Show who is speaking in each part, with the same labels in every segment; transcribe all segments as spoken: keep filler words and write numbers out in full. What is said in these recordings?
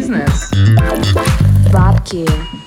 Speaker 1: Бизнес.
Speaker 2: Бабки.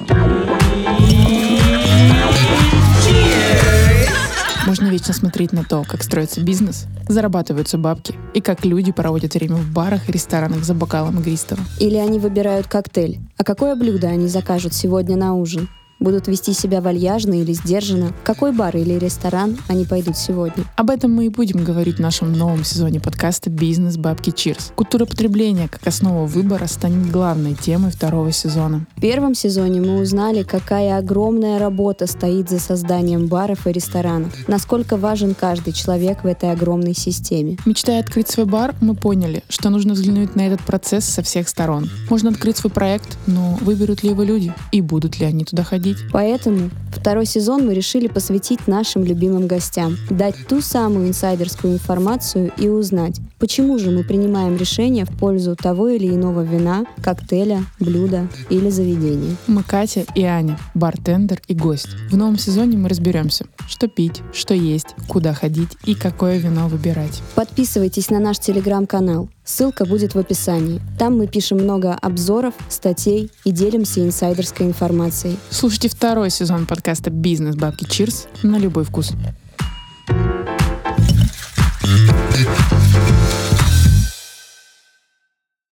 Speaker 3: Можно вечно смотреть на то, как строится бизнес, зарабатываются бабки, и как люди проводят время в барах и ресторанах за бокалом игристого.
Speaker 2: Или они выбирают коктейль. А какое блюдо они закажут сегодня на ужин? Будут вести себя вальяжно или сдержанно? В какой бар или ресторан они пойдут сегодня?
Speaker 3: Об этом мы и будем говорить в нашем новом сезоне подкаста «Бизнес. Бабки. Чирс». Культура потребления как основа выбора станет главной темой второго сезона.
Speaker 2: В первом сезоне мы узнали, какая огромная работа стоит за созданием баров и ресторанов, насколько важен каждый человек в этой огромной системе.
Speaker 3: Мечтая открыть свой бар, мы поняли, что нужно взглянуть на этот процесс со всех сторон. Можно открыть свой проект, но выберут ли его люди? И будут ли они туда ходить?
Speaker 2: Поэтому второй сезон мы решили посвятить нашим любимым гостям, дать ту самую инсайдерскую информацию и узнать, почему же мы принимаем решения в пользу того или иного вина, коктейля, блюда или заведения.
Speaker 3: Мы Катя и Аня, бартендер и гость. В новом сезоне мы разберемся, что пить, что есть, куда ходить и какое вино выбирать.
Speaker 2: Подписывайтесь на наш телеграм-канал. Ссылка будет в описании. Там мы пишем много обзоров, статей и делимся инсайдерской информацией.
Speaker 3: Слушайте второй сезон подкаста «Бизнес. Бабки. Чирс» на любой вкус.